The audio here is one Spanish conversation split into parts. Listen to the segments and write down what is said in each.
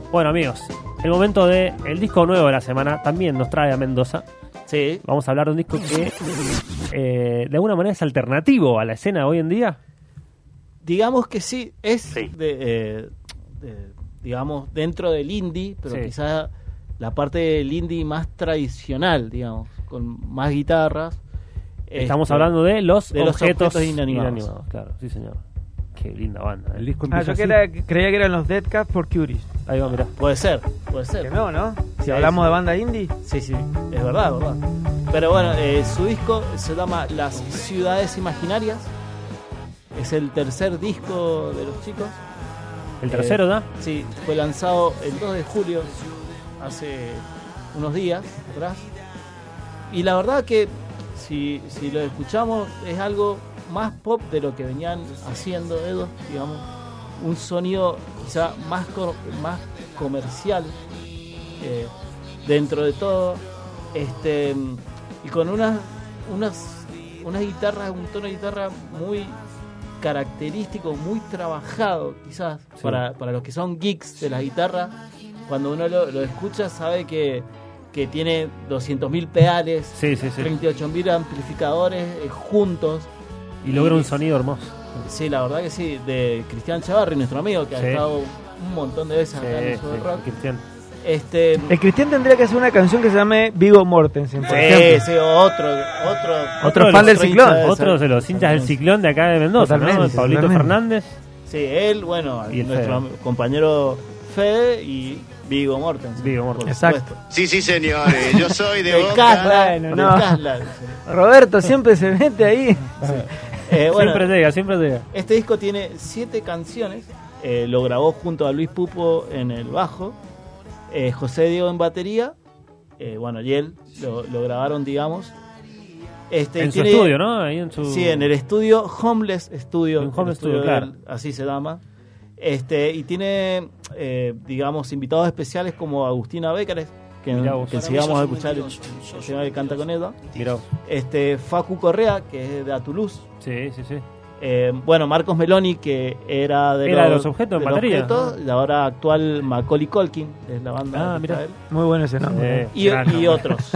Bueno, amigos, el momento de el disco nuevo de la semana también nos trae a Mendoza. Sí. Vamos a hablar de un disco que de alguna manera es alternativo a la escena hoy en día. Digamos que sí, es digamos, dentro del indie, pero Sí. quizás la parte del indie más tradicional, digamos, con más guitarras. Estamos hablando de los objetos inanimados. Claro, sí señor. Qué linda banda. El disco Yo empieza así. creía que eran los Dead Cats for Cuties. Ahí va, mirá. Puede ser. Que no, Si Sí, hablamos sí. de banda indie. Sí, es verdad. Pero bueno, su disco se llama Las Ciudades Imaginarias. Es el tercer disco de los chicos. ¿El tercero da? Sí, fue lanzado el 2 de julio, hace unos días atrás. Y la verdad que si lo escuchamos es algo más pop de lo que venían haciendo ellos, digamos. Un sonido quizá más comercial dentro de todo. Y con unas guitarras, un tono de guitarra muy característico, muy trabajado quizás, Sí. para los que son geeks de la guitarra. Cuando uno lo escucha sabe que tiene 200.000 pedales, Sí. 38.000 amplificadores juntos. Y logra un sonido hermoso. Sí, la verdad que sí, de Cristian Chavarri, nuestro amigo, que Sí. ha estado un montón de veces acá en el Show de Rock. Cristian. El Cristian tendría que hacer una canción que se llame Viggo Mortensen, por ejemplo. Sí, otro Otro fan del Ciclón. Otro de los hinchas del Ciclón de acá de Mendoza, ¿no? Totalmente, Pablito totalmente. Fernández. Sí, él, bueno, Y el nuestro compañero Fede y Viggo Mortensen. Viggo Mortensen. por Exacto. supuesto. Sí, señores, yo soy de De Boca. Casla, Bueno, no. de Casla, sí. Roberto siempre se mete ahí. Bueno, Siempre llega. este disco tiene 7 canciones. Lo grabó junto a Luis Pupo en el bajo, José Diego en batería, y él lo grabaron, digamos. En su tiene- estudio, ¿no? Ahí en su... Sí, en el estudio Homeless Studio. En Homeless el Studio, de claro. él, así se llama. Y tiene, digamos, invitados especiales como Agustina Bécares, que Mirá vos. enseguida vamos a escuchar el tema que canta con ella. Mirá. Facu Correa, que es de Toulouse. Sí. Marcos Meloni, que era de los Objetos en batería. Objetos, y ahora actual Macaulay Culkin, que es la banda. que mirá. está él. Muy bueno ese nombre. Y otros.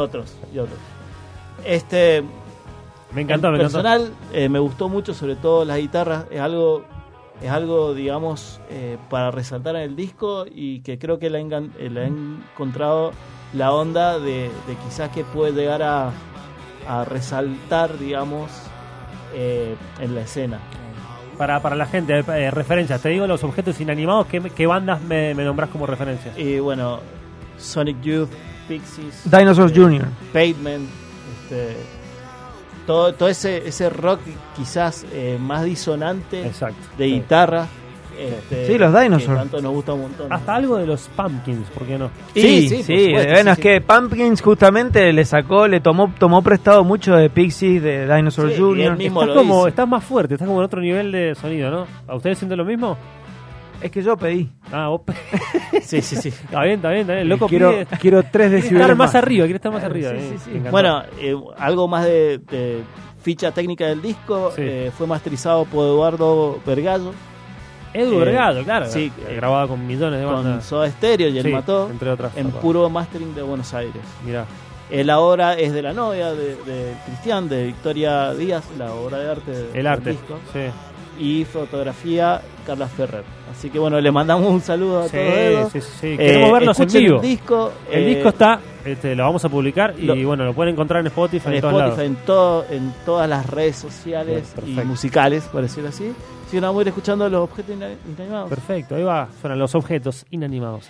Me encantó, En me encantó. personal, me gustó mucho, sobre todo las guitarras. Es algo digamos, para resaltar en el disco, y que creo que le he encontrado la onda de quizás que puede llegar a resaltar, digamos, en la escena. Para la gente, referencias. Te digo los objetos inanimados. ¿Qué bandas me nombrás como referencias? Y bueno, Sonic Youth, Pixies, Dinosaurs Jr. Pavement, todo ese rock quizás más disonante. Exacto. De guitarra. Sí, los Dinosaurs. Que tanto nos gusta un montón. Hasta algo de los Pumpkins, ¿por qué no? Sí, por supuesto, bueno, es sí. que Pumpkins justamente le tomó prestado mucho de Pixies, de Dinosaur Sí, y Jr. él mismo Estás más fuerte, estás como en otro nivel de sonido, ¿no? ¿A ustedes sienten lo mismo? Es que yo pedí. Ah, vos... Sí. Está bien. El loco Quiero pide... 3 Quiere decibeles estar más arriba, sí. Me encantó. Bueno, algo más de ficha técnica del disco. Sí. Fue masterizado por Eduardo Vergallo, Edu Vergado, claro. sí, grabado con millones de con bandas. Soda Stereo y El Sí, Mató, entre otras. en puro mastering de Buenos Aires. Mirá. La obra es de la novia de Cristian, de Victoria Díaz, la obra de arte El del arte. disco. Sí. Y fotografía, Carla Ferrer. Así que bueno, le mandamos un saludo a todos ellos. Sí. Queremos verlos en Escuchen vivo. El disco, El disco está, lo vamos a publicar y lo- bueno, lo pueden encontrar en Spotify en en todos lados. Spotify, en todas las redes sociales y Perfecto. musicales, por decirlo así. Si no, vamos a ir escuchando los objetos inanimados. Perfecto, ahí va. Suenan los objetos inanimados.